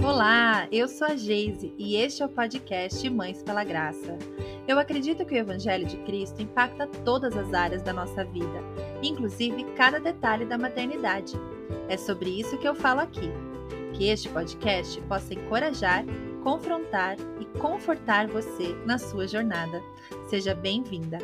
Olá, eu sou a Geise e este é o podcast Mães pela Graça. Eu acredito que o Evangelho de Cristo impacta todas as áreas da nossa vida, inclusive cada detalhe da maternidade. É sobre isso que eu falo aqui. Que este podcast possa encorajar, confrontar e confortar você na sua jornada. Seja bem-vinda!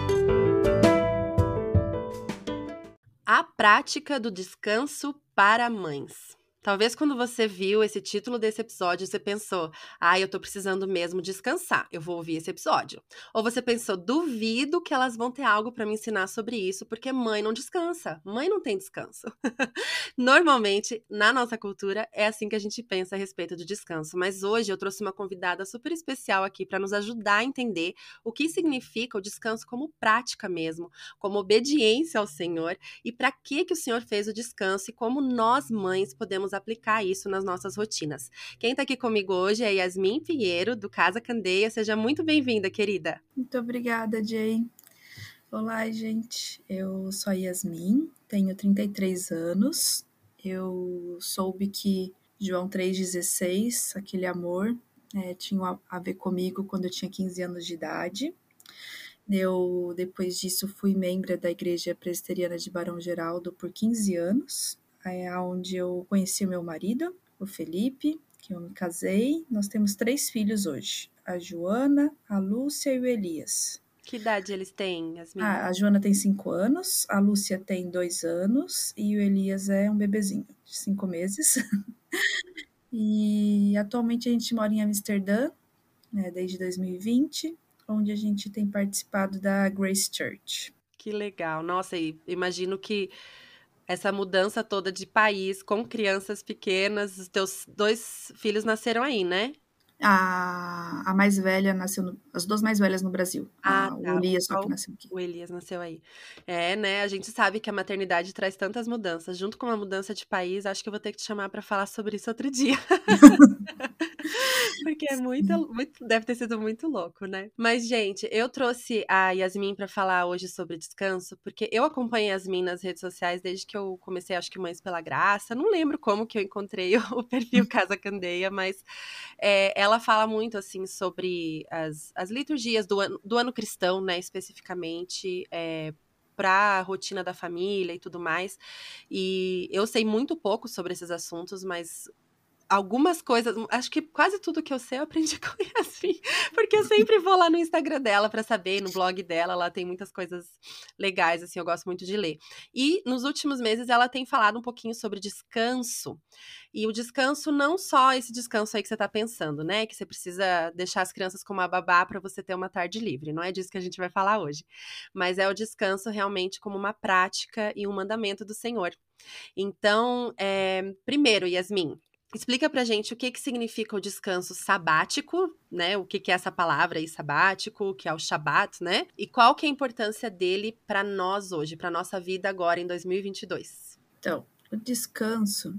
A prática do descanso para mães. Talvez quando você viu esse título desse episódio, você pensou, eu tô precisando mesmo descansar, eu vou ouvir esse episódio. Ou você pensou, duvido que elas vão ter algo para me ensinar sobre isso, porque mãe não descansa, mãe não tem descanso. Normalmente, na nossa cultura, é assim que a gente pensa a respeito do descanso, mas hoje eu trouxe uma convidada super especial aqui para nos ajudar a entender o que significa o descanso como prática mesmo, como obediência ao Senhor e para que o Senhor fez o descanso e como nós, mães, podemos aplicar isso nas nossas rotinas. Quem está aqui comigo hoje é Yasmin Pinheiro, do Casa Candeia. Seja muito bem-vinda, querida. Muito obrigada, Jay. Olá, gente. Eu sou a Yasmin, tenho 33 anos. Eu soube que João 3,16, aquele amor, tinha a ver comigo quando eu tinha 15 anos de idade. Depois disso, fui membro da Igreja Presbiteriana de Barão Geraldo por 15 anos, onde eu conheci o meu marido, o Felipe, que eu me casei. Nós temos 3 filhos hoje, a Joana, a Lúcia e o Elias. Que idade eles têm, Yasmin? A Joana tem 5 anos, a Lúcia tem 2 anos e o Elias é um bebezinho de 5 meses. E atualmente a gente mora em Amsterdã, desde 2020, onde a gente tem participado da Grace Church. Que legal. Nossa, e imagino que essa mudança toda de país com crianças pequenas, os teus 2 filhos nasceram aí, né? A mais velha nasceu, as 2 mais velhas no Brasil. O Elias só que nasceu aqui. O Elias nasceu aí. Né? A gente sabe que a maternidade traz tantas mudanças. Junto com a mudança de país, acho que eu vou ter que te chamar para falar sobre isso outro dia. Porque é deve ter sido muito louco, né? Mas, gente, eu trouxe a Yasmin para falar hoje sobre descanso, porque eu acompanho a Yasmin nas redes sociais desde que eu comecei, acho que Mães pela Graça. Não lembro como que eu encontrei o perfil Casa Candeia, mas ela fala muito, assim, sobre as liturgias do ano cristão, né, especificamente, para a rotina da família e tudo mais. E eu sei muito pouco sobre esses assuntos, mas algumas coisas, acho que quase tudo que eu sei eu aprendi com a Yasmin, porque eu sempre vou lá no Instagram dela para saber, no blog dela, ela tem muitas coisas legais, assim, eu gosto muito de ler. E nos últimos meses ela tem falado um pouquinho sobre descanso, e o descanso não só esse descanso aí que você tá pensando, né, que você precisa deixar as crianças com uma babá para você ter uma tarde livre, não é disso que a gente vai falar hoje, mas é o descanso realmente como uma prática e um mandamento do Senhor. Então, primeiro, Yasmin, explica pra gente o que significa o descanso sabático, né? O que é essa palavra aí, sabático, que é o Shabat, né? E qual que é a importância dele para nós hoje, para nossa vida agora em 2022? Então, o descanso,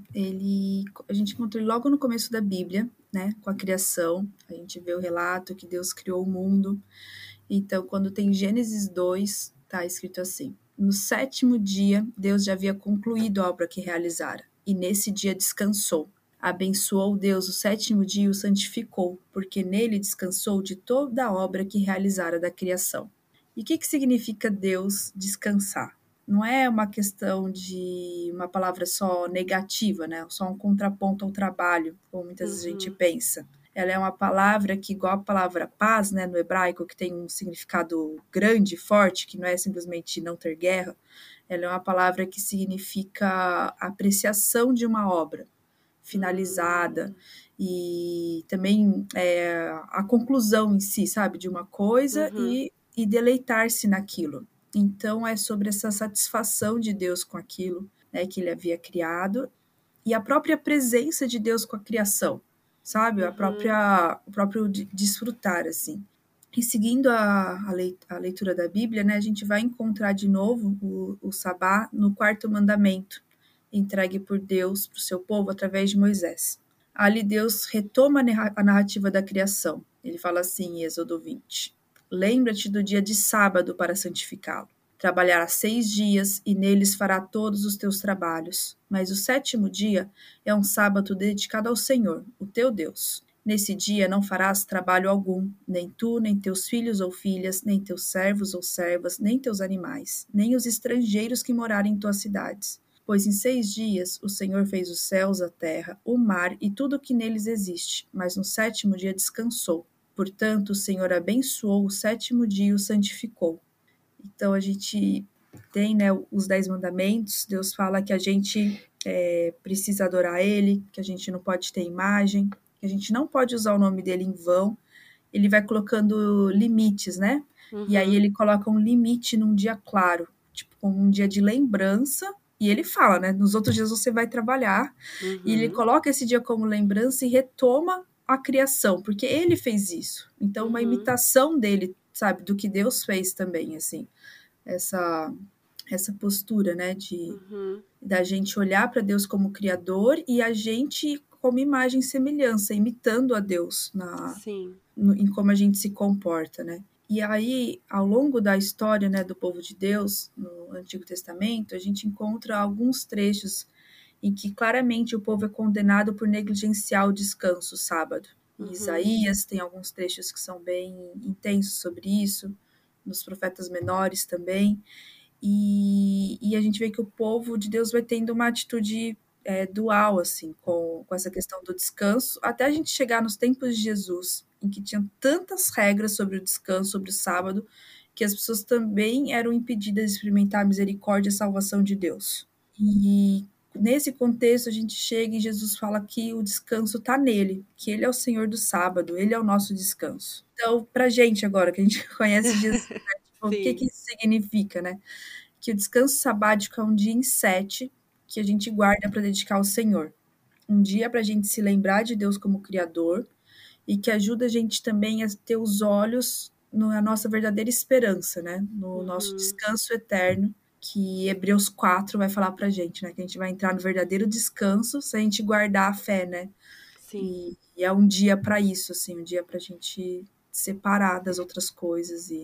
a gente encontra ele logo no começo da Bíblia, né? Com a criação, a gente vê o relato que Deus criou o mundo. Então, quando tem Gênesis 2, tá escrito assim: no 7º dia, Deus já havia concluído a obra que realizara, e nesse dia descansou. Abençoou Deus o 7º dia e o santificou, porque nele descansou de toda a obra que realizara da criação. E o que significa Deus descansar? Não é uma questão de uma palavra só negativa, né? Só um contraponto ao trabalho, como muitas vezes a gente pensa. Ela é uma palavra que, igual a palavra paz, né, no hebraico, que tem um significado grande, forte, que não é simplesmente não ter guerra, ela é uma palavra que significa apreciação de uma obra finalizada e também a conclusão em si, sabe, de uma coisa e deleitar-se naquilo. Então, é sobre essa satisfação de Deus com aquilo, né, que ele havia criado e a própria presença de Deus com a criação, sabe? O próprio desfrutar, assim. E seguindo a leitura da Bíblia, né, a gente vai encontrar de novo o sabá no 4º mandamento, entregue por Deus para o seu povo através de Moisés. Ali Deus retoma a narrativa da criação. Ele fala assim em Êxodo 20: lembra-te do dia de sábado para santificá-lo. Trabalhará 6 dias, e neles fará todos os teus trabalhos. Mas o 7º dia é um sábado dedicado ao Senhor, o teu Deus. Nesse dia não farás trabalho algum, nem tu, nem teus filhos ou filhas, nem teus servos ou servas, nem teus animais, nem os estrangeiros que morarem em tuas cidades. Pois em 6 dias o Senhor fez os céus, a terra, o mar e tudo o que neles existe, mas no 7º dia descansou. Portanto, o Senhor abençoou o 7º dia e o santificou. Então, a gente tem, né, os 10 mandamentos. Deus fala que a gente precisa adorar Ele, que a gente não pode ter imagem, que a gente não pode usar o nome dele em vão. Ele vai colocando limites, né? E aí ele coloca um limite num dia claro, tipo, como um dia de lembrança. E ele fala, né? Nos outros dias você vai trabalhar. E ele coloca esse dia como lembrança e retoma a criação, porque ele fez isso. Então, uma imitação dele, sabe? Do que Deus fez também, assim. Essa postura, né? Da gente olhar para Deus como criador e a gente como imagem e semelhança, imitando a Deus em como a gente se comporta, né? E aí, ao longo da história, né, do povo de Deus, no Antigo Testamento, a gente encontra alguns trechos em que claramente o povo é condenado por negligenciar o descanso, o sábado. Em Isaías tem alguns trechos que são bem intensos sobre isso, nos profetas menores também. E a gente vê que o povo de Deus vai tendo uma atitude dual, assim, com essa questão do descanso, até a gente chegar nos tempos de Jesus, em que tinham tantas regras sobre o descanso, sobre o sábado, que as pessoas também eram impedidas de experimentar a misericórdia e a salvação de Deus. E nesse contexto a gente chega e Jesus fala que o descanso está nele, que ele é o Senhor do sábado, ele é o nosso descanso. Então, pra gente agora, que a gente conhece Jesus, né, tipo, o que isso significa, né? Que o descanso sabático é um dia em 7 que a gente guarda para dedicar ao Senhor. Um dia para a gente se lembrar de Deus como Criador e que ajuda a gente também a ter os olhos na nossa verdadeira esperança, né? No nosso descanso eterno, que Hebreus 4 vai falar para a gente, né? Que a gente vai entrar no verdadeiro descanso se a gente guardar a fé, né? Sim. E é um dia para isso, assim, um dia para a gente separar das outras coisas e...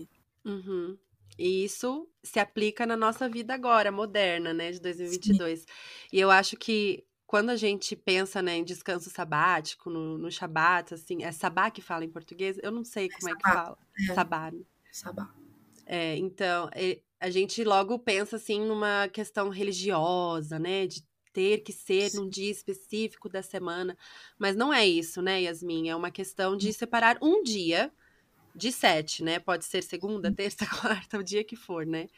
E isso se aplica na nossa vida agora, moderna, né, de 2022. E eu acho que quando a gente pensa, né, em descanso sabático, no Shabat, assim, é sabá que fala em português? Eu não sei como é que fala. Sabá, né? Sabá. Então, a gente logo pensa, assim, numa questão religiosa, né, de ter que ser num dia específico da semana. Mas não é isso, né, Yasmin? É uma questão de separar um dia de 7, né? Pode ser segunda, terça, quarta, o dia que for, né?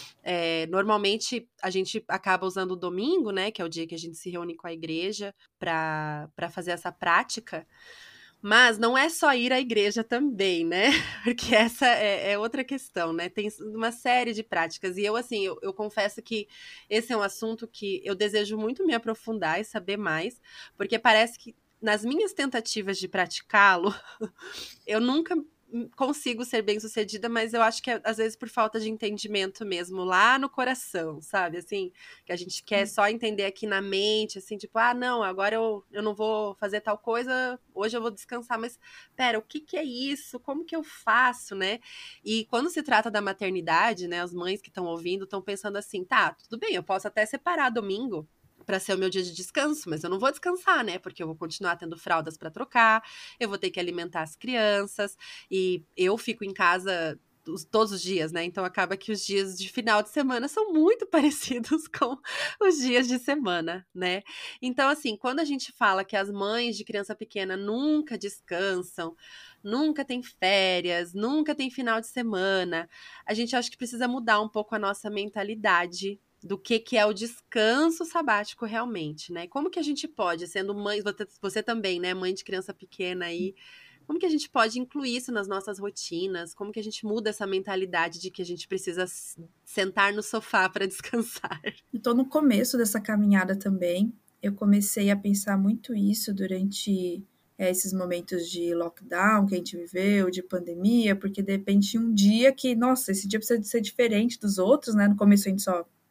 Normalmente a gente acaba usando o domingo, né? Que é o dia que a gente se reúne com a igreja para fazer essa prática. Mas não é só ir à igreja também, né? Porque essa é outra questão, né? Tem uma série de práticas. E eu, assim, eu confesso que esse é um assunto que eu desejo muito me aprofundar e saber mais, porque parece que nas minhas tentativas de praticá-lo, eu nunca consigo ser bem-sucedida, mas eu acho que é, às vezes, por falta de entendimento mesmo, lá no coração, sabe? Assim, que a gente quer só entender aqui na mente, assim, tipo, não, agora eu não vou fazer tal coisa, hoje eu vou descansar, mas, pera, o que é isso? Como que eu faço, né? E quando se trata da maternidade, né, as mães que estão ouvindo estão pensando assim, tá, tudo bem, eu posso até separar domingo para ser o meu dia de descanso, mas eu não vou descansar, né? Porque eu vou continuar tendo fraldas para trocar, eu vou ter que alimentar as crianças e eu fico em casa todos os dias, né? Então acaba que os dias de final de semana são muito parecidos com os dias de semana, né? Então, assim, quando a gente fala que as mães de criança pequena nunca descansam, nunca tem férias, nunca tem final de semana, a gente acha que precisa mudar um pouco a nossa mentalidade do que é o descanso sabático realmente, né? Como que a gente pode, sendo mãe, você também, né, mãe de criança pequena aí, como que a gente pode incluir isso nas nossas rotinas? Como que a gente muda essa mentalidade de que a gente precisa sentar no sofá para descansar? Eu tô no começo dessa caminhada também. Eu comecei a pensar muito isso durante esses momentos de lockdown que a gente viveu, de pandemia, porque de repente um dia que, nossa, esse dia precisa de ser diferente dos outros, né? No começo a gente só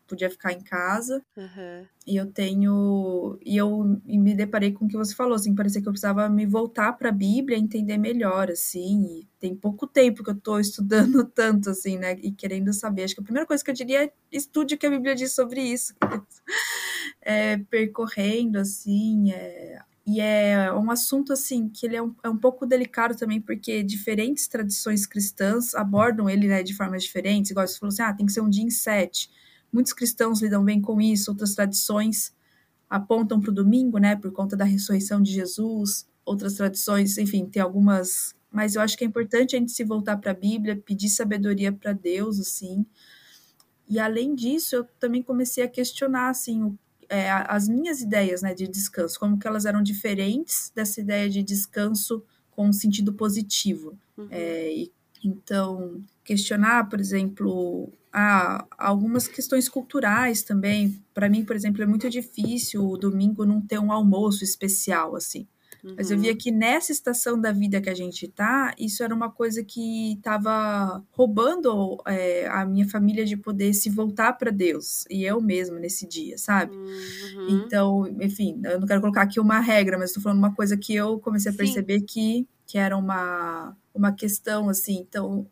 podia ficar em casa. Uhum. E eu me deparei com o que você falou, assim, parecia que eu precisava me voltar para a Bíblia, entender melhor, assim, e tem pouco tempo que eu estou estudando tanto, assim, né, e querendo saber. Acho que a primeira coisa que eu diria é estude o que a Bíblia diz sobre isso. Percorrendo, assim, e é um assunto, assim, que ele é um pouco delicado também, porque diferentes tradições cristãs abordam ele, né, de formas diferentes, igual você falou assim, tem que ser um dia em 7. Muitos cristãos lidam bem com isso, outras tradições apontam para o domingo, né, por conta da ressurreição de Jesus, outras tradições, enfim, tem algumas, mas eu acho que é importante a gente se voltar para a Bíblia, pedir sabedoria para Deus, assim, e além disso, eu também comecei a questionar, assim, as minhas ideias, né, de descanso, como que elas eram diferentes dessa ideia de descanso com um sentido positivo. Então, questionar, por exemplo, algumas questões culturais também. Para mim, por exemplo, é muito difícil o domingo não ter um almoço especial, assim. Mas eu via que nessa estação da vida que a gente tá, isso era uma coisa que estava roubando a minha família de poder se voltar para Deus, e eu mesma nesse dia, sabe? Então, enfim, eu não quero colocar aqui uma regra, mas estou falando uma coisa que eu comecei a Sim. perceber que era uma questão, assim, então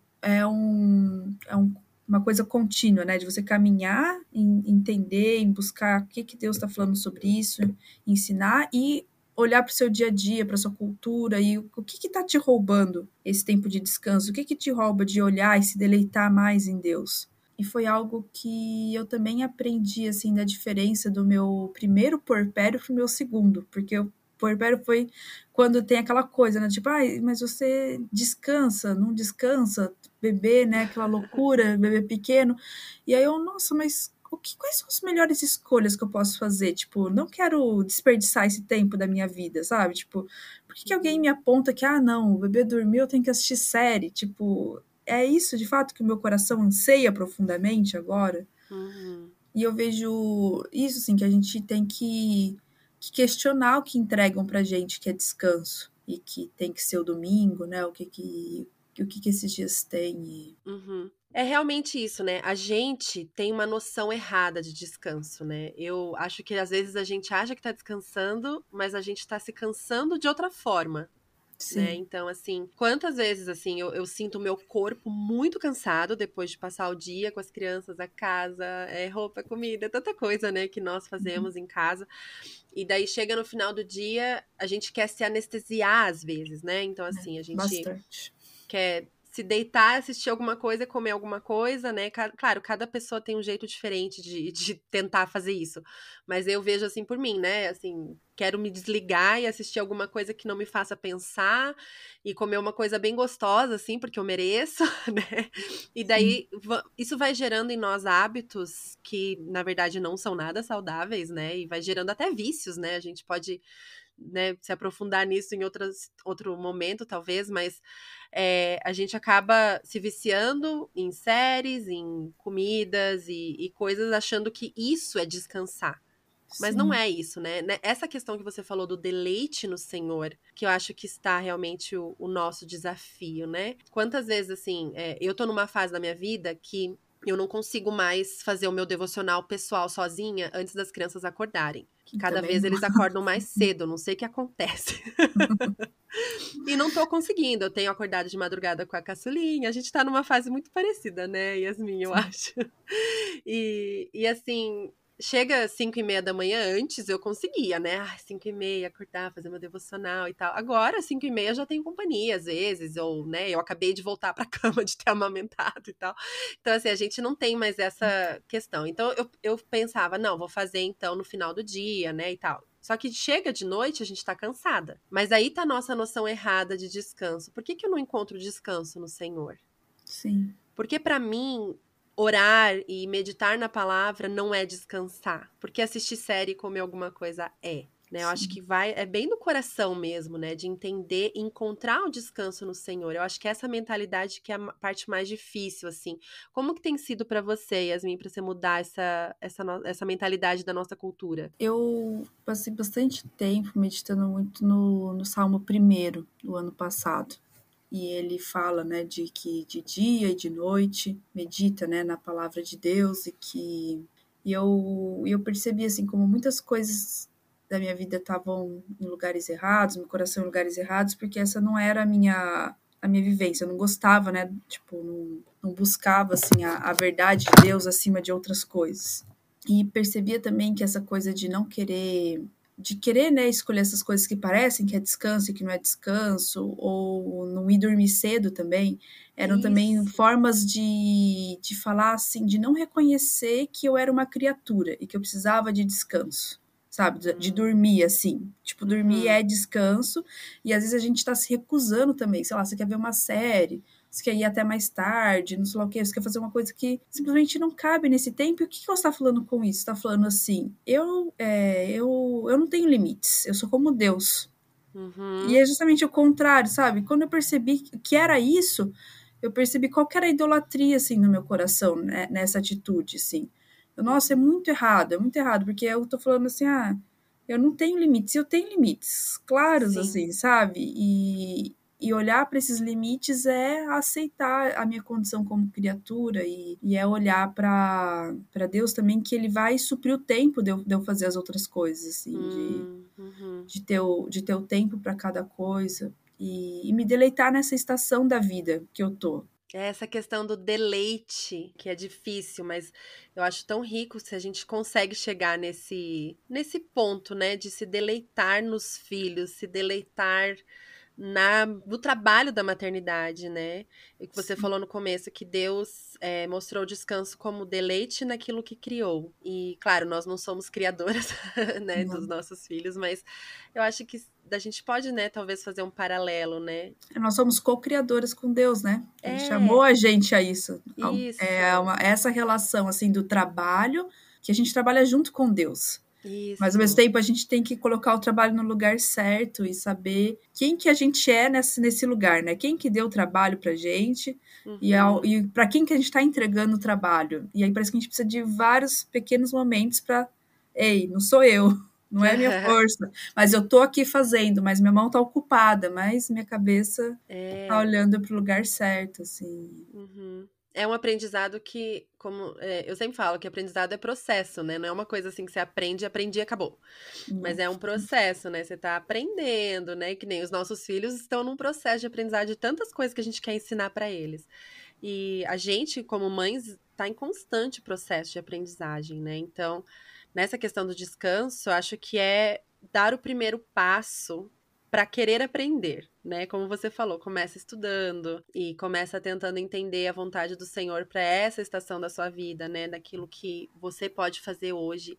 uma coisa contínua, né, de você caminhar, entender, em buscar o que Deus está falando sobre isso, ensinar e olhar para o seu dia a dia, para a sua cultura e o que está te roubando esse tempo de descanso, o que te rouba de olhar e se deleitar mais em Deus. E foi algo que eu também aprendi, assim, da diferença do meu primeiro puerpério para o meu segundo, porque o puerpério foi quando tem aquela coisa, né, tipo, mas você descansa, não descansa, bebê, né, aquela loucura, bebê pequeno, e aí eu, nossa, mas quais são as melhores escolhas que eu posso fazer? Tipo, não quero desperdiçar esse tempo da minha vida, sabe? Tipo, por que alguém me aponta que, não, o bebê dormiu, eu tenho que assistir série? Tipo, é isso de fato que o meu coração anseia profundamente agora? E eu vejo isso, assim, que a gente tem que questionar o que entregam pra gente, que é descanso, e que tem que ser o domingo, né? O que esses dias têm. É realmente isso, né? A gente tem uma noção errada de descanso, né? Eu acho que às vezes a gente acha que tá descansando, mas a gente tá se cansando de outra forma, né? Sim. Então, assim, quantas vezes, assim, eu sinto o meu corpo muito cansado depois de passar o dia com as crianças, a casa, roupa, comida, tanta coisa, né, que nós fazemos em casa. E daí chega no final do dia, a gente quer se anestesiar às vezes, né? Então, assim, a gente Bastante. quer se deitar, assistir alguma coisa, comer alguma coisa, né? Claro, cada pessoa tem um jeito diferente de tentar fazer isso. Mas eu vejo assim por mim, né? Assim, quero me desligar e assistir alguma coisa que não me faça pensar e comer uma coisa bem gostosa, assim, porque eu mereço, né? E daí isso vai gerando em nós hábitos que, na verdade, não são nada saudáveis, né? E vai gerando até vícios, né? A gente pode, né, se aprofundar nisso em outro momento, talvez, mas a gente acaba se viciando em séries, em comidas e coisas, achando que isso é descansar. Mas não é isso, né? Essa questão que você falou do deleite no Senhor, que eu acho que está realmente o nosso desafio, né? Quantas vezes, assim, eu tô numa fase da minha vida que eu não consigo mais fazer o meu devocional pessoal sozinha antes das crianças acordarem. Que cada Também vez não. eles acordam mais cedo, não sei o que acontece. E não tô conseguindo. Eu tenho acordado de madrugada com a caçulinha. A gente tá numa fase muito parecida, né, Yasmin, eu acho. E assim, chega 5:30 da manhã, antes eu conseguia, né? 5:30, acordar, fazer meu devocional e tal. Agora, 5:30, eu já tenho companhia, às vezes, ou, né, eu acabei de voltar pra cama de ter amamentado e tal. Então, assim, a gente não tem mais essa questão. Então, eu pensava, não, vou fazer então no final do dia, né, e tal. Só que chega de noite, a gente tá cansada. Mas aí tá a nossa noção errada de descanso. Por que eu não encontro descanso no Senhor? Sim. Porque para mim, orar e meditar na palavra não é descansar. Porque assistir série e comer alguma coisa é. Né? Eu acho que é bem no coração mesmo, né? De entender e encontrar o descanso no Senhor. Eu acho que essa mentalidade que é a parte mais difícil, assim. Como que tem sido para você, Yasmin, para você mudar essa mentalidade da nossa cultura? Eu passei bastante tempo meditando muito no Salmo 1 do ano passado. E ele fala, né, de que de dia e de noite medita, né, na palavra de Deus e que E eu percebi, assim, como muitas coisas da minha vida estavam em lugares errados, meu coração em lugares errados, porque essa não era a minha vivência. Eu não gostava, né? Tipo, não buscava, assim, a verdade de Deus acima de outras coisas. E percebia também que essa coisa de querer, né, escolher essas coisas que parecem que é descanso e que não é descanso, ou não ir dormir cedo também, eram também Isso. formas de falar assim, de não reconhecer que eu era uma criatura e que eu precisava de descanso, sabe? De dormir, assim. Tipo, dormir Uhum. é descanso, e às vezes a gente tá se recusando também, sei lá, você quer ver uma série, você quer ir até mais tarde, não sei lá o que, você quer fazer uma coisa que simplesmente não cabe nesse tempo. E o que você está falando com isso? Você está falando assim, eu não tenho limites, eu sou como Deus. E Uhum. é justamente o contrário, sabe? Quando eu percebi que era isso, eu percebi qual que era a idolatria, assim, no meu coração, né? Nessa atitude, assim. Nossa, Uhum. é muito errado, porque eu tô falando assim, eu não tenho limites, eu tenho limites claros, Sim. assim, sabe? E olhar para esses limites é aceitar a minha condição como criatura e é olhar para Deus também, que ele vai suprir o tempo de eu fazer as outras coisas, assim, Uhum. de ter o tempo para cada coisa e me deleitar nessa estação da vida que eu tô. É essa questão do deleite, que é difícil, mas eu acho tão rico se a gente consegue chegar nesse ponto, né, de se deleitar nos filhos, se deleitar no trabalho da maternidade, né? E que você falou no começo que Deus mostrou o descanso como deleite naquilo que criou. E, claro, nós não somos criadoras, né, dos Não. nossos filhos, mas eu acho que a gente pode, né, talvez fazer um paralelo, né? Nós somos co-criadoras com Deus, né? Ele chamou É, a gente a isso. isso, Essa relação assim do trabalho, que a gente trabalha junto com Deus. Mas ao mesmo isso. tempo a gente tem que colocar o trabalho no lugar certo e saber quem que a gente é nesse lugar, né? Quem que deu o trabalho pra gente Uhum. e para quem que a gente está entregando o trabalho. E aí parece que a gente precisa de vários pequenos momentos para, ei, não sou eu, não é minha força, mas eu tô aqui fazendo, mas minha mão tá ocupada, mas minha cabeça tá É. olhando para o lugar certo, assim. Uhum. É um aprendizado que, eu sempre falo que aprendizado é processo, né? Não é uma coisa assim que você aprende, aprendi e acabou. Mas Não. é um processo, né? Você tá aprendendo, né? Que nem os nossos filhos estão num processo de aprendizado de tantas coisas que a gente quer ensinar para eles. E a gente, como mães, tá em constante processo de aprendizagem, né? Então, nessa questão do descanso, eu acho que é dar o primeiro passo para querer aprender, né? Como você falou, começa estudando e começa tentando entender a vontade do Senhor para essa estação da sua vida, né? Daquilo que você pode fazer hoje.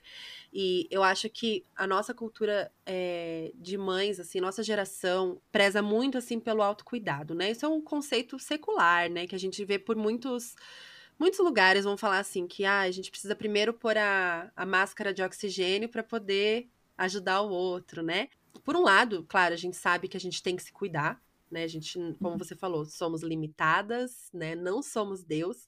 E eu acho que a nossa cultura de mães, assim, nossa geração preza muito assim pelo autocuidado, né? Isso é um conceito secular, né? Que a gente vê por muitos lugares vão falar assim que a gente precisa primeiro pôr a máscara de oxigênio para poder ajudar o outro, né? Por um lado, claro, a gente sabe que a gente tem que se cuidar, né? A gente, como você falou, somos limitadas, né? Não somos Deus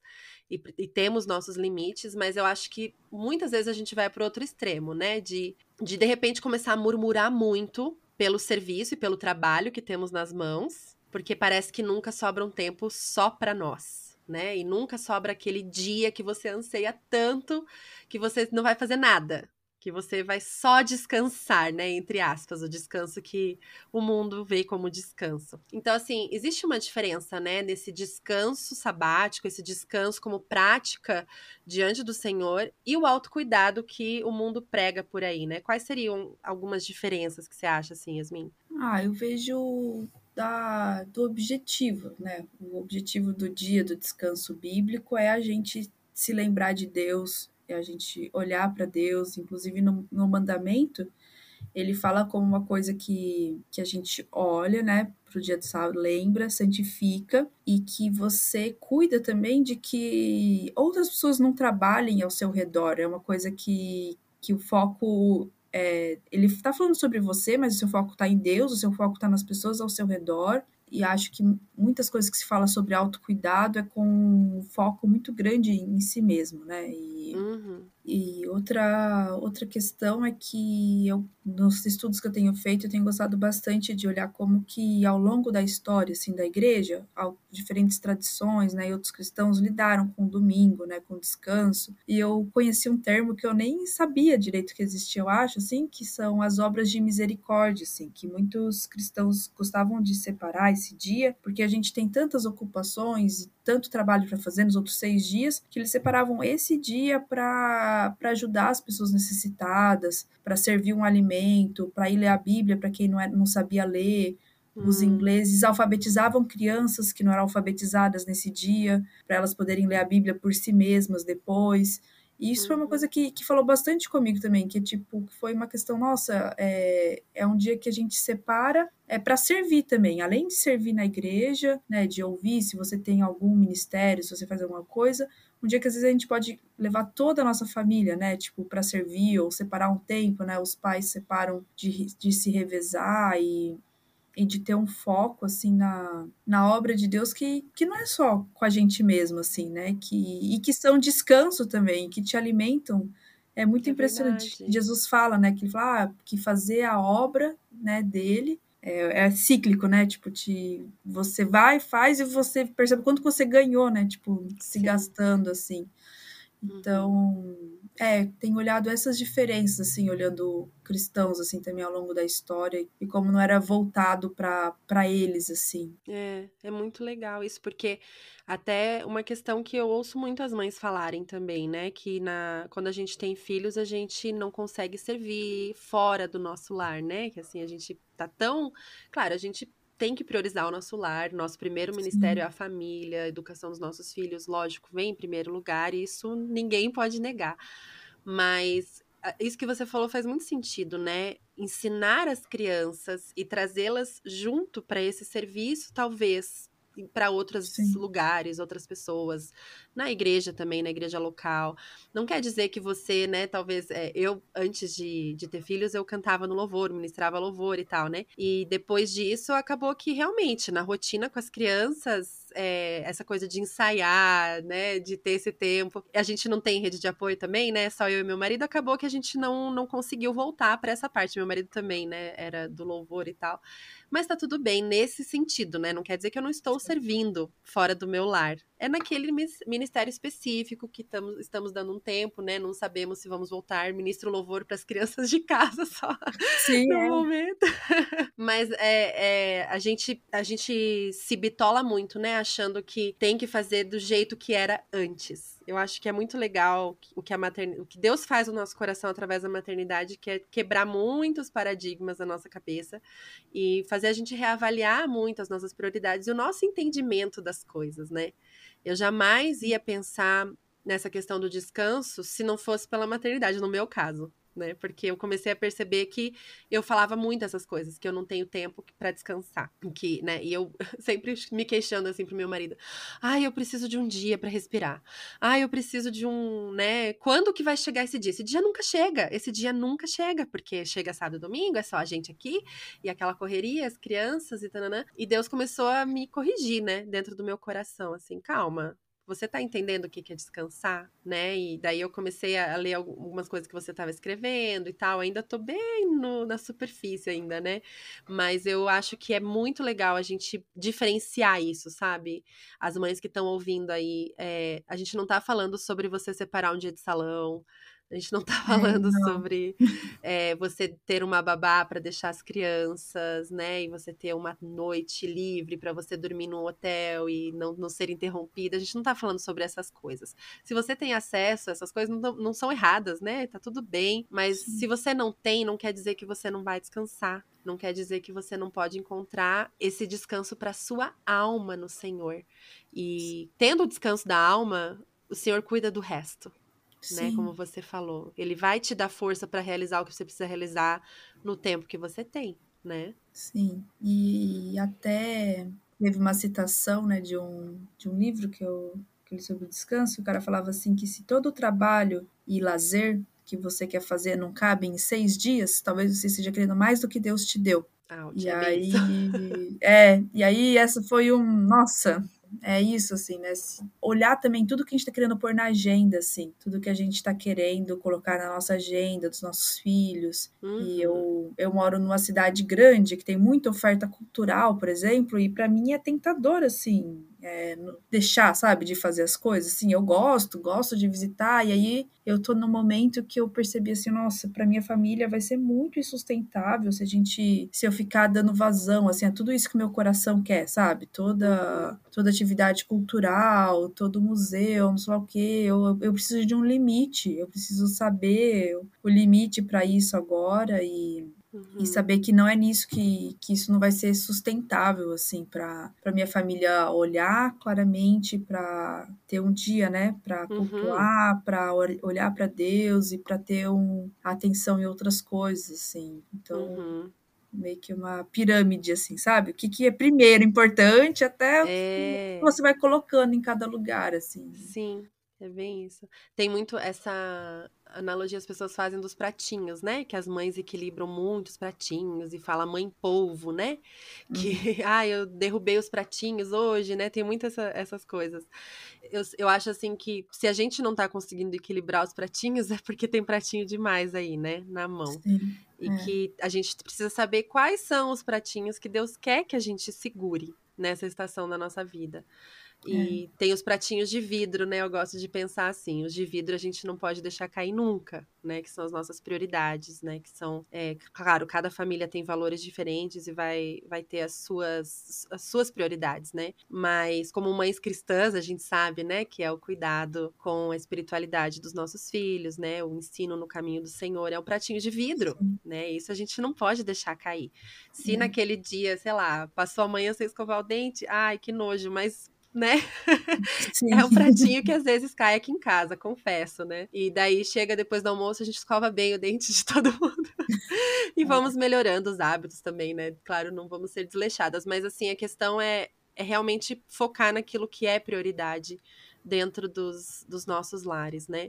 e temos nossos limites, mas eu acho que muitas vezes a gente vai para outro extremo, né? De repente começar a murmurar muito pelo serviço e pelo trabalho que temos nas mãos, porque parece que nunca sobra um tempo só para nós, né? E nunca sobra aquele dia que você anseia tanto que você não vai fazer nada, que você vai só descansar, né? Entre aspas, o descanso que o mundo vê como descanso. Então, assim, existe uma diferença, né? Nesse descanso sabático, esse descanso como prática diante do Senhor e o autocuidado que o mundo prega por aí, né? Quais seriam algumas diferenças que você acha, assim, Yasmin? Eu vejo do objetivo, né? O objetivo do dia do descanso bíblico é a gente se lembrar de Deus, é a gente olhar para Deus, inclusive no mandamento, ele fala como uma coisa que a gente olha, né, para o dia do sábado, lembra, santifica, e que você cuida também de que outras pessoas não trabalhem ao seu redor. É uma coisa que o foco ele está falando sobre você, mas o seu foco está em Deus, o seu foco está nas pessoas ao seu redor. E acho que muitas coisas que se fala sobre autocuidado é com um foco muito grande em si mesmo, né? Uhum. E outra questão é que nos estudos que eu tenho feito, eu tenho gostado bastante de olhar como que ao longo da história, assim, da igreja, diferentes tradições, né, e outros cristãos lidaram com o domingo, né, com o descanso. E eu conheci um termo que eu nem sabia direito que existia, eu acho, assim, que são as obras de misericórdia, assim, que muitos cristãos gostavam de separar esse dia, porque a gente tem tantas ocupações e tanto trabalho para fazer nos outros 6 dias, que eles separavam esse dia para ajudar as pessoas necessitadas, para servir um alimento, para ir ler a Bíblia para quem não sabia ler. Os ingleses alfabetizavam crianças que não eram alfabetizadas nesse dia, para elas poderem ler a Bíblia por si mesmas depois. E isso foi uma coisa que falou bastante comigo também, que tipo, foi uma questão, nossa, é um dia que a gente separa para servir também, além de servir na igreja, né, de ouvir se você tem algum ministério, se você faz alguma coisa, um dia que às vezes a gente pode levar toda a nossa família, né, tipo, para servir ou separar um tempo, né, os pais separam de se revezar e de ter um foco, assim, na obra de Deus que não é só com a gente mesmo, assim, né? E que são descanso também, que te alimentam. É muito Que é impressionante. verdade. Jesus fala, né? Que ele fala que fazer a obra, né, dele é cíclico, né? Tipo, você vai, faz e você percebe quanto você ganhou, né? Tipo, se Sim. gastando, assim. Então, tenho olhado essas diferenças, assim, olhando cristãos, assim, também ao longo da história, e como não era voltado para eles, assim. É muito legal isso, porque até uma questão que eu ouço muito as mães falarem também, né? Que quando a gente tem filhos, a gente não consegue servir fora do nosso lar, né? Que assim, a gente tá tão. Claro, a gente tem que priorizar o nosso lar, nosso primeiro ministério é Sim, a família, a educação dos nossos filhos, lógico, vem em primeiro lugar, e isso ninguém pode negar. Mas isso que você falou faz muito sentido, né? Ensinar as crianças e trazê-las junto para esse serviço, talvez para outros sim. lugares, outras pessoas, na igreja também, na igreja local. Não quer dizer que você, né, talvez, eu, antes de ter filhos, eu cantava no louvor, ministrava louvor e tal, né? E depois disso, acabou que realmente, na rotina com as crianças, essa coisa de ensaiar, né, de ter esse tempo. A gente não tem rede de apoio também, né? Só eu e meu marido, acabou que a gente não conseguiu voltar para essa parte. Meu marido também, né, era do louvor e tal. Mas tá tudo bem nesse sentido, né? Não quer dizer que eu não estou servindo fora do meu lar. É naquele ministério específico que estamos dando um tempo, né? Não sabemos se vamos voltar. Ministro louvor para as crianças de casa só Sim, no momento. Mas a gente se bitola muito, né? Achando que tem que fazer do jeito que era antes. Eu acho que é muito legal o que Deus faz no nosso coração através da maternidade, que é quebrar muitos paradigmas da nossa cabeça e fazer a gente reavaliar muito as nossas prioridades e o nosso entendimento das coisas, né? Eu jamais ia pensar nessa questão do descanso se não fosse pela maternidade, no meu caso, né? Porque eu comecei a perceber que eu falava muito essas coisas, que eu não tenho tempo para descansar, que, né? E eu sempre me queixando assim pro meu marido: "Ai, eu preciso de um dia para respirar. Ai, eu preciso de um, né? Quando que vai chegar esse dia? Esse dia nunca chega. Esse dia nunca chega, porque chega sábado e domingo, é só a gente aqui e aquela correria, as crianças e tananã". E Deus começou a me corrigir, né, dentro do meu coração, assim: "Calma, você tá entendendo o que é descansar, né?" E daí eu comecei a ler algumas coisas que você estava escrevendo e tal. Ainda tô bem na superfície ainda, né? Mas eu acho que é muito legal a gente diferenciar isso, sabe? As mães que estão ouvindo aí, a gente não tá falando sobre você separar um dia de salão. A gente não tá falando Não, sobre você ter uma babá para deixar as crianças, né? E você ter uma noite livre para você dormir num hotel e não ser interrompida. A gente não tá falando sobre essas coisas. Se você tem acesso, essas coisas não são erradas, né? Tá tudo bem. Mas se sim, você não tem, não quer dizer que você não vai descansar. Não quer dizer que você não pode encontrar esse descanso para sua alma no Senhor. E tendo o descanso da alma, o Senhor cuida do resto, né? Como sim, você falou. Ele vai te dar força para realizar o que você precisa realizar no tempo que você tem, né? sim. E até teve uma citação, né, de um livro que eu li sobre o descanso, o cara falava assim que se todo o trabalho e lazer que você quer fazer não cabe em 6 dias, talvez você esteja querendo mais do que Deus te deu. Ouch, E é bem isso. aí, essa foi nossa, é isso, assim, né? Olhar também tudo que a gente tá querendo pôr na agenda, assim, tudo que a gente tá querendo colocar na nossa agenda, dos nossos filhos. E eu moro numa cidade grande que tem muita oferta cultural, por exemplo, e para mim é tentador, assim, deixar, sabe, de fazer as coisas. Assim, eu gosto de visitar, e aí eu tô num momento que eu percebi assim, nossa, para minha família vai ser muito insustentável se eu ficar dando vazão, assim, a tudo isso que meu coração quer, sabe? Toda atividade cultural, todo museu, não sei lá o quê. Eu preciso de um limite, eu preciso saber o limite para isso agora e saber que não é nisso que isso não vai ser sustentável, assim, para minha família olhar claramente, para ter um dia, né, para cultuar, para olhar para Deus e para ter atenção em outras coisas, assim. Então, meio que uma pirâmide, assim, sabe? O que é primeiro importante até o que você vai colocando em cada lugar, assim. Sim, é bem isso. Tem muito essa analogia as pessoas fazem dos pratinhos, né? Que as mães equilibram muito os pratinhos e fala mãe polvo, né? Que, eu derrubei os pratinhos hoje, né? Tem muitas essas coisas. Eu acho assim que se a gente não tá conseguindo equilibrar os pratinhos é porque tem pratinho demais aí, né? Na mão. Sim, E que a gente precisa saber quais são os pratinhos que Deus quer que a gente segure nessa estação da nossa vida. E tem os pratinhos de vidro, né? Eu gosto de pensar assim, os de vidro a gente não pode deixar cair nunca, né? Que são as nossas prioridades, né? Que são, claro, cada família tem valores diferentes e vai ter as suas prioridades, né? Mas como mães cristãs, a gente sabe, né? Que é o cuidado com a espiritualidade dos nossos filhos, né? O ensino no caminho do Senhor é um pratinho de vidro, né? Isso a gente não pode deixar cair. Se naquele dia, sei lá, passou a manhã sem escovar o dente, ai, que nojo, mas né? sim. É um pratinho que às vezes cai aqui em casa, confesso, né? E daí chega depois do almoço, a gente escova bem o dente de todo mundo. E vamos melhorando os hábitos também, né? Claro, não vamos ser desleixadas, mas assim, a questão é realmente focar naquilo que é prioridade dentro dos nossos lares, né?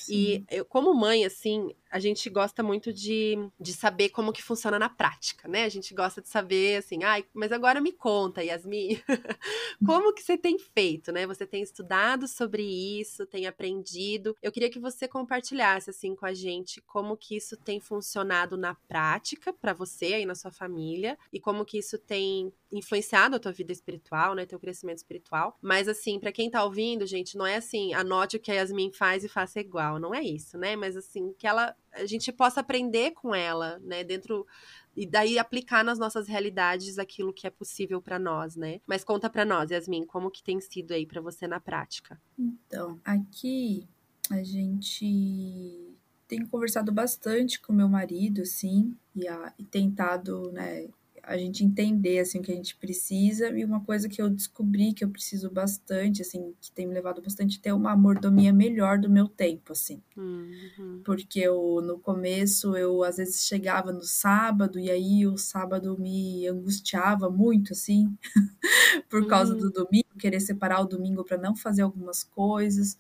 E eu, como mãe, assim, a gente gosta muito de saber como que funciona na prática, né? A gente gosta de saber, assim, mas agora me conta, Yasmin, como que você tem feito, né? Você tem estudado sobre isso, tem aprendido. Eu queria que você compartilhasse, assim, com a gente como que isso tem funcionado na prática para você aí na sua família e como que isso tem influenciado a tua vida espiritual, né? Teu crescimento espiritual. Mas, assim, para quem tá ouvindo, gente, não é assim, anote o que a Yasmin faz e faça igual. Não é isso, né? Mas, assim, que a gente possa aprender com ela, né? E daí aplicar nas nossas realidades aquilo que é possível para nós, né? Mas conta para nós, Yasmin, como que tem sido aí para você na prática? Então, aqui a gente tem conversado bastante com meu marido, assim, e tentado, né, a gente entender, assim, o que a gente precisa. E uma coisa que eu descobri que eu preciso bastante, assim, que tem me levado bastante, é ter uma mordomia melhor do meu tempo, assim. Porque no começo eu às vezes chegava no sábado e aí o sábado me angustiava muito, assim, por causa do domingo, querer separar o domingo para não fazer algumas coisas.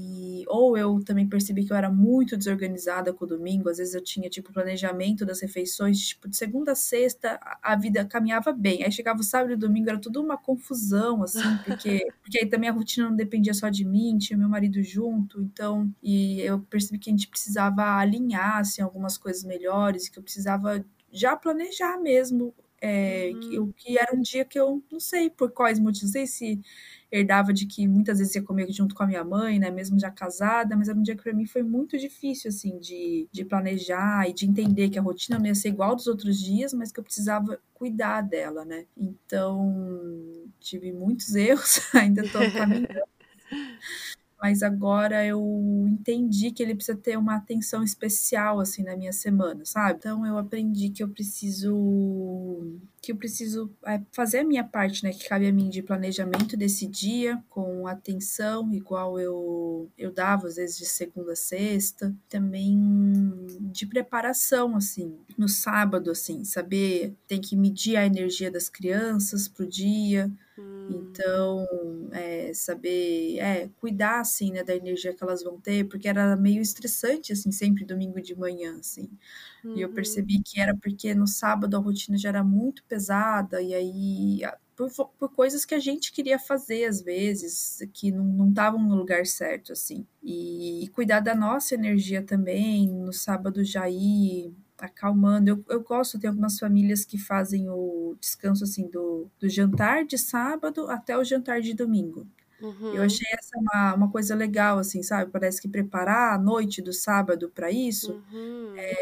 Ou eu também percebi que eu era muito desorganizada com o domingo. Às vezes eu tinha tipo planejamento das refeições, tipo de segunda a sexta, a vida caminhava bem. Aí chegava o sábado e o domingo era tudo uma confusão, assim, porque aí também a rotina não dependia só de mim, tinha meu marido junto. Então, e eu percebi que a gente precisava alinhar assim, algumas coisas melhores, que eu precisava já planejar mesmo o que era um dia que eu não sei por quais motivos, não sei se herdava de que muitas vezes ia comer junto com a minha mãe, né, mesmo já casada, mas era um dia que para mim foi muito difícil, assim, de planejar e de entender que a rotina não ia ser igual dos outros dias, mas que eu precisava cuidar dela, né. Então, tive muitos erros, ainda estou caminhando. Mas agora eu entendi que ele precisa ter uma atenção especial, assim, na minha semana, sabe? Então eu aprendi que eu preciso fazer a minha parte, né, que cabe a mim de planejamento desse dia, com atenção, igual eu dava, às vezes, de segunda a sexta. Também de preparação, assim, no sábado, assim, saber, tem que medir a energia das crianças pro dia. Então, saber, cuidar, assim, né, da energia que elas vão ter, porque era meio estressante, assim, sempre domingo de manhã, assim. E eu percebi que era porque no sábado a rotina já era muito pesada, e aí, por coisas que a gente queria fazer, às vezes, que não estavam no lugar certo, assim. E cuidar da nossa energia também, no sábado já ir acalmando. Eu gosto, tem algumas famílias que fazem o descanso, assim, do jantar de sábado até o jantar de domingo. Eu Uhum, achei essa uma coisa legal, assim, sabe? Parece que preparar a noite do sábado para isso uhum,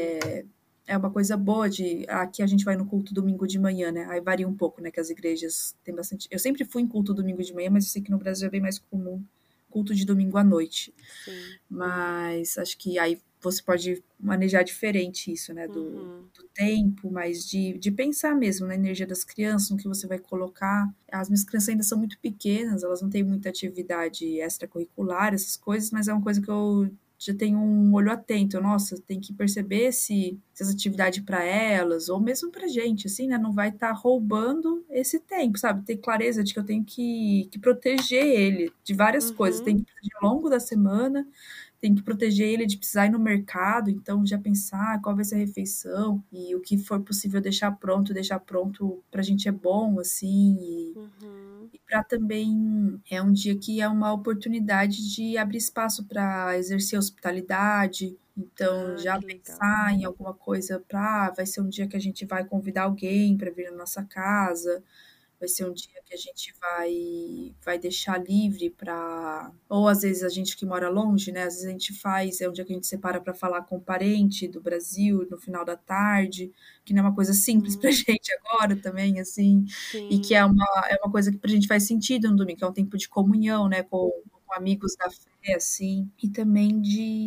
é uma coisa boa de. Aqui a gente vai no culto domingo de manhã, né? Aí varia um pouco, né? Que as igrejas têm bastante. Eu sempre fui em culto domingo de manhã, mas eu sei que no Brasil é bem mais comum culto de domingo à noite. sim, Mas acho que aí você pode manejar diferente isso, né? uhum, Do tempo, mas de pensar mesmo na energia das crianças, no que você vai colocar. As minhas crianças ainda são muito pequenas, elas não têm muita atividade extracurricular, essas coisas, mas é uma coisa que eu já tenho um olho atento. Nossa, tem que perceber se essa atividade para elas, ou mesmo para gente, assim, né? Não vai estar roubando esse tempo, sabe? Ter clareza de que eu tenho que proteger ele de várias coisas. Tem uhum, que proteger ao longo da semana, tem que proteger ele de precisar ir no mercado, então já pensar qual vai ser a refeição e o que for possível deixar pronto pra gente é bom, assim, uhum. e para também é um dia que é uma oportunidade de abrir espaço para exercer hospitalidade, então Ah, já que legal. pensar em alguma coisa para vai ser um dia que a gente vai convidar alguém para vir na nossa casa, vai ser um dia que a gente vai deixar livre para ou às vezes a gente que mora longe, né? Às vezes a gente faz, é um dia que a gente separa para falar com um parente do Brasil no final da tarde, que não é uma coisa simples pra Hum, gente agora também, assim, e que sim, é uma coisa que pra gente faz sentido no domingo, que é um tempo de comunhão, né, com amigos da fé, assim, e também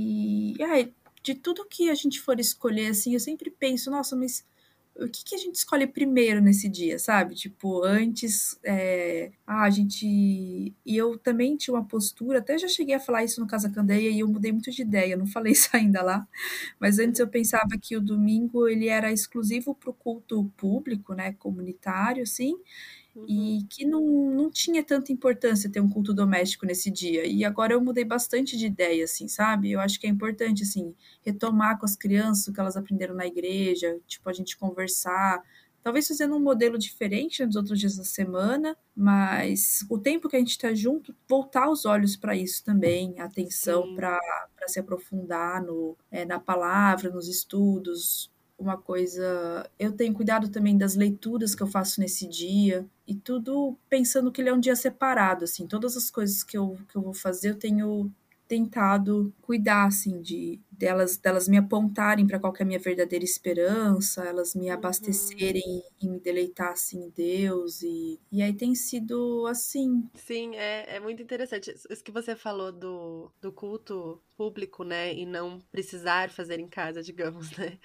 de tudo que a gente for escolher, assim, eu sempre penso, nossa, mas o que a gente escolhe primeiro nesse dia, sabe? Tipo, antes, a gente. E eu também tinha uma postura, até já cheguei a falar isso no Casa Candeia e eu mudei muito de ideia, não falei isso ainda lá, mas antes eu pensava que o domingo ele era exclusivo para o culto público, né, comunitário, assim, uhum, e que não tinha tanta importância ter um culto doméstico nesse dia. E agora eu mudei bastante de ideia, assim, sabe? Eu acho que é importante, assim, retomar com as crianças o que elas aprenderam na igreja, tipo, a gente conversar, talvez fazendo um modelo diferente nos outros dias da semana, mas o tempo que a gente está junto, voltar os olhos para isso também, a atenção sim. para se aprofundar na palavra, nos estudos, uma coisa. Eu tenho cuidado também das leituras que eu faço nesse dia, e tudo pensando que ele é um dia separado, assim. Todas as coisas que eu vou fazer, eu tenho tentado cuidar, assim, delas me apontarem para qual que é a minha verdadeira esperança, elas me Uhum. abastecerem e me deleitar, assim, em Deus. E aí tem sido assim. Sim, é muito interessante. Isso que você falou do culto público, né? E não precisar fazer em casa, digamos, né?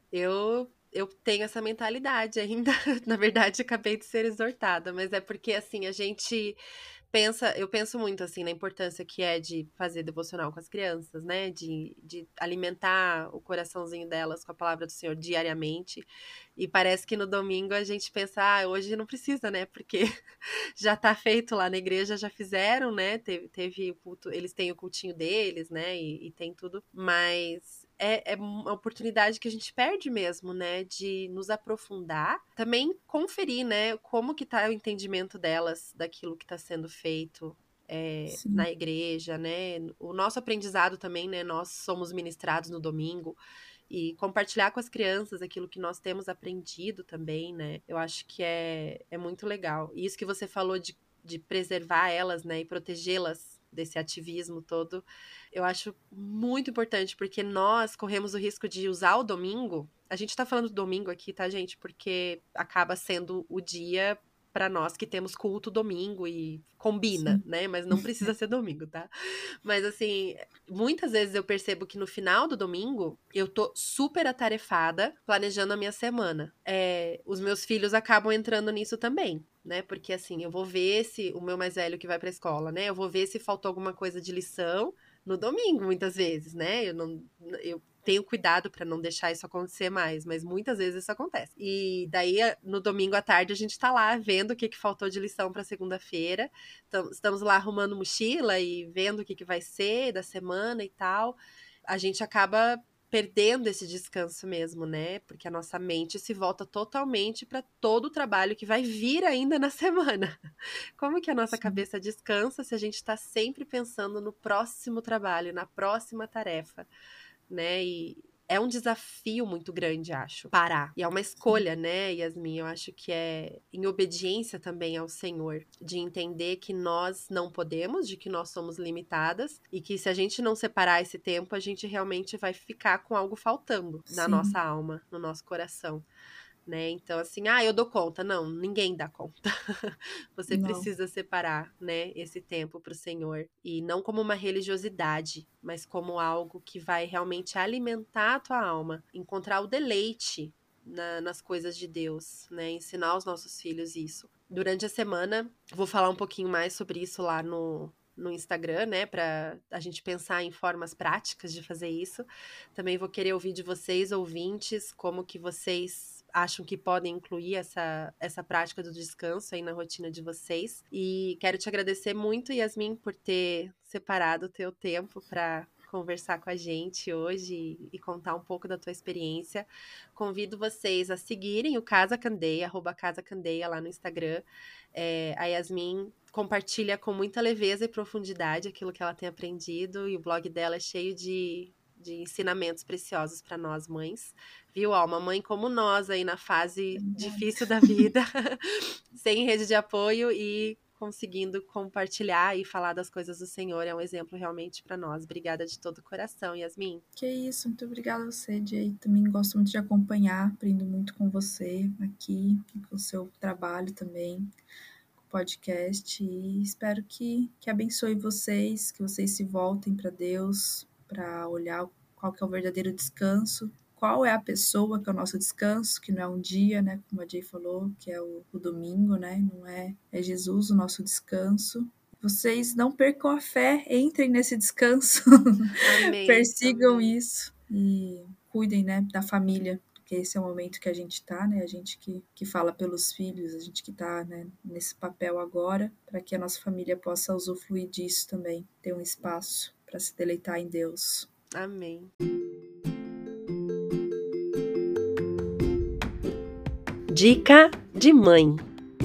Eu tenho essa mentalidade ainda. Na verdade, acabei de ser exortada, mas é porque, assim, a gente eu penso muito assim na importância que é de fazer devocional com as crianças, né? De alimentar o coraçãozinho delas com a palavra do Senhor diariamente. E parece que no domingo a gente pensa, ah, hoje não precisa, né? Porque já tá feito lá na igreja, já fizeram, né? Teve o culto, eles têm o cultinho deles, né? E tem tudo. Mas é uma oportunidade que a gente perde mesmo, né? De nos aprofundar. Também conferir, né? Como que tá o entendimento delas daquilo que tá sendo feito. Sim, Na igreja, né? O nosso aprendizado também, né? Nós somos ministrados no domingo e compartilhar com as crianças aquilo que nós temos aprendido também, né? Eu acho que é muito legal. E isso que você falou de preservar elas, né? E protegê-las desse ativismo todo, eu acho muito importante, porque nós corremos o risco de usar o domingo. A gente tá falando do domingo aqui, tá, gente? Porque acaba sendo o dia para nós que temos culto domingo e combina, sim. né? Mas não precisa ser domingo, tá? Mas assim, muitas vezes eu percebo que no final do domingo eu tô super atarefada planejando a minha semana. Os meus filhos acabam entrando nisso também, né? Porque assim, eu vou ver se o meu mais velho que vai pra escola, né? Eu vou ver se faltou alguma coisa de lição no domingo, muitas vezes, né? Eu tenho cuidado pra não deixar isso acontecer mais, mas muitas vezes isso acontece. E daí no domingo à tarde a gente tá lá vendo o que que faltou de lição pra segunda-feira. Estamos lá arrumando mochila e vendo o que vai ser da semana e tal. A gente acaba perdendo esse descanso mesmo, né? Porque a nossa mente se volta totalmente para todo o trabalho que vai vir ainda na semana. Como que a nossa cabeça descansa se a gente está sempre pensando no próximo trabalho, na próxima tarefa, né? E é um desafio muito grande, acho, parar. E é uma escolha, né, Yasmin? Eu acho que é em obediência também ao Senhor, de entender que nós não podemos, de que nós somos limitadas e que se a gente não separar esse tempo, a gente realmente vai ficar com algo faltando na nossa alma, no nosso coração. Né? Então, assim, eu dou conta. Não, ninguém dá conta. Você precisa separar, né, esse tempo para o Senhor. E não como uma religiosidade, mas como algo que vai realmente alimentar a tua alma. Encontrar o deleite nas coisas de Deus, né? Ensinar os nossos filhos isso. Durante a semana, vou falar um pouquinho mais sobre isso lá no Instagram, né, para a gente pensar em formas práticas de fazer isso. Também vou querer ouvir de vocês, ouvintes, como que vocês acham que podem incluir essa prática do descanso aí na rotina de vocês. E quero te agradecer muito, Yasmin, por ter separado o teu tempo para conversar com a gente hoje e contar um pouco da tua experiência. Convido vocês a seguirem o Casa Candeia, @CasaCandeia lá no Instagram. A Yasmin compartilha com muita leveza e profundidade aquilo que ela tem aprendido e o blog dela é cheio de ensinamentos preciosos para nós mães, viu? Uma mãe como nós aí na fase difícil da vida, sem rede de apoio e conseguindo compartilhar e falar das coisas do Senhor, é um exemplo realmente para nós. Obrigada de todo o coração, Yasmin. Que isso, muito obrigada a você, Jay. Também gosto muito de acompanhar, aprendo muito com você aqui, com o seu trabalho também, podcast, e espero que abençoe vocês, que vocês se voltem para Deus, para olhar qual que é o verdadeiro descanso, qual é a pessoa que é o nosso descanso, que não é um dia, né, como a Jay falou, que é o domingo, né, não é Jesus o nosso descanso. Vocês não percam a fé, entrem nesse descanso, Amém, persigam amém. isso e cuidem, né, da família, porque esse é o momento que a gente tá, né, a gente que fala pelos filhos, a gente que tá, né, nesse papel agora, para que a nossa família possa usufruir disso também, ter um espaço para se deleitar em Deus. Amém. Dica de mãe.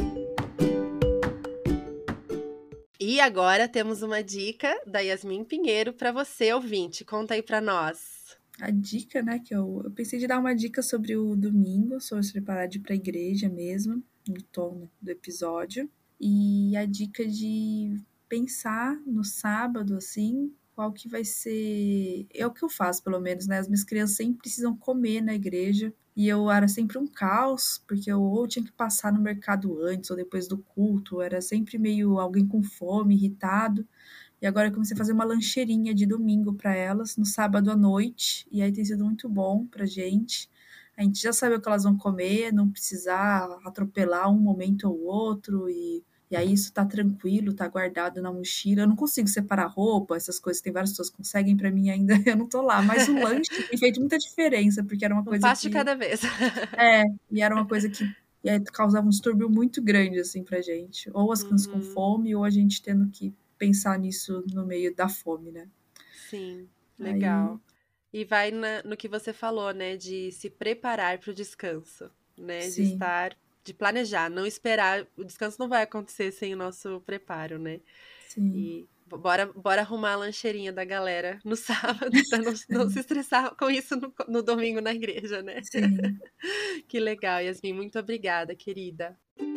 E agora temos uma dica da Yasmin Pinheiro para você, ouvinte. Conta aí para nós. A dica, né, que eu pensei de dar uma dica sobre o domingo, sobre se preparar de ir para a igreja mesmo, no tom do episódio. E a dica de pensar no sábado, assim, qual que vai ser... É o que eu faço, pelo menos, né? As minhas crianças sempre precisam comer na igreja. E eu era sempre um caos, porque eu ou tinha que passar no mercado antes ou depois do culto. Era sempre meio alguém com fome, irritado. E agora eu comecei a fazer uma lancheirinha de domingo para elas, no sábado à noite. E aí tem sido muito bom pra gente. A gente já sabe o que elas vão comer, não precisar atropelar um momento ou outro. E aí isso tá tranquilo, tá guardado na mochila. Eu não consigo separar roupa, essas coisas. Tem várias pessoas que conseguem, pra mim ainda eu não tô lá. Mas o lanche tem feito muita diferença, porque era uma coisa passo de cada vez. E era uma coisa que causava um distúrbio muito grande, assim, pra gente. Ou as crianças com fome, ou a gente tendo que pensar nisso no meio da fome, né? Sim, legal. Aí... E vai no que você falou, né? De se preparar para o descanso, né? Sim. De planejar, não esperar. O descanso não vai acontecer sem o nosso preparo, né? Sim. E bora arrumar a lancheirinha da galera no sábado, para não se estressar com isso no domingo na igreja, né? Sim. Que legal, Yasmin. Muito obrigada, querida.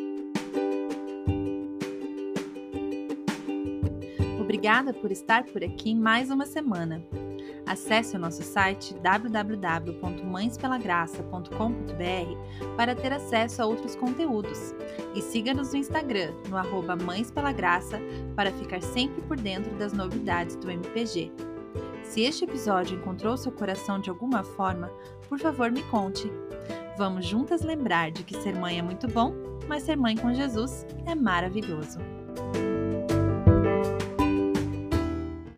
Obrigada por estar por aqui em mais uma semana. Acesse o nosso site www.mãespelagraça.com.br para ter acesso a outros conteúdos. E siga-nos no Instagram, no @mãespelagraça, para ficar sempre por dentro das novidades do MPG. Se este episódio encontrou seu coração de alguma forma, por favor me conte. Vamos juntas lembrar de que ser mãe é muito bom, mas ser mãe com Jesus é maravilhoso.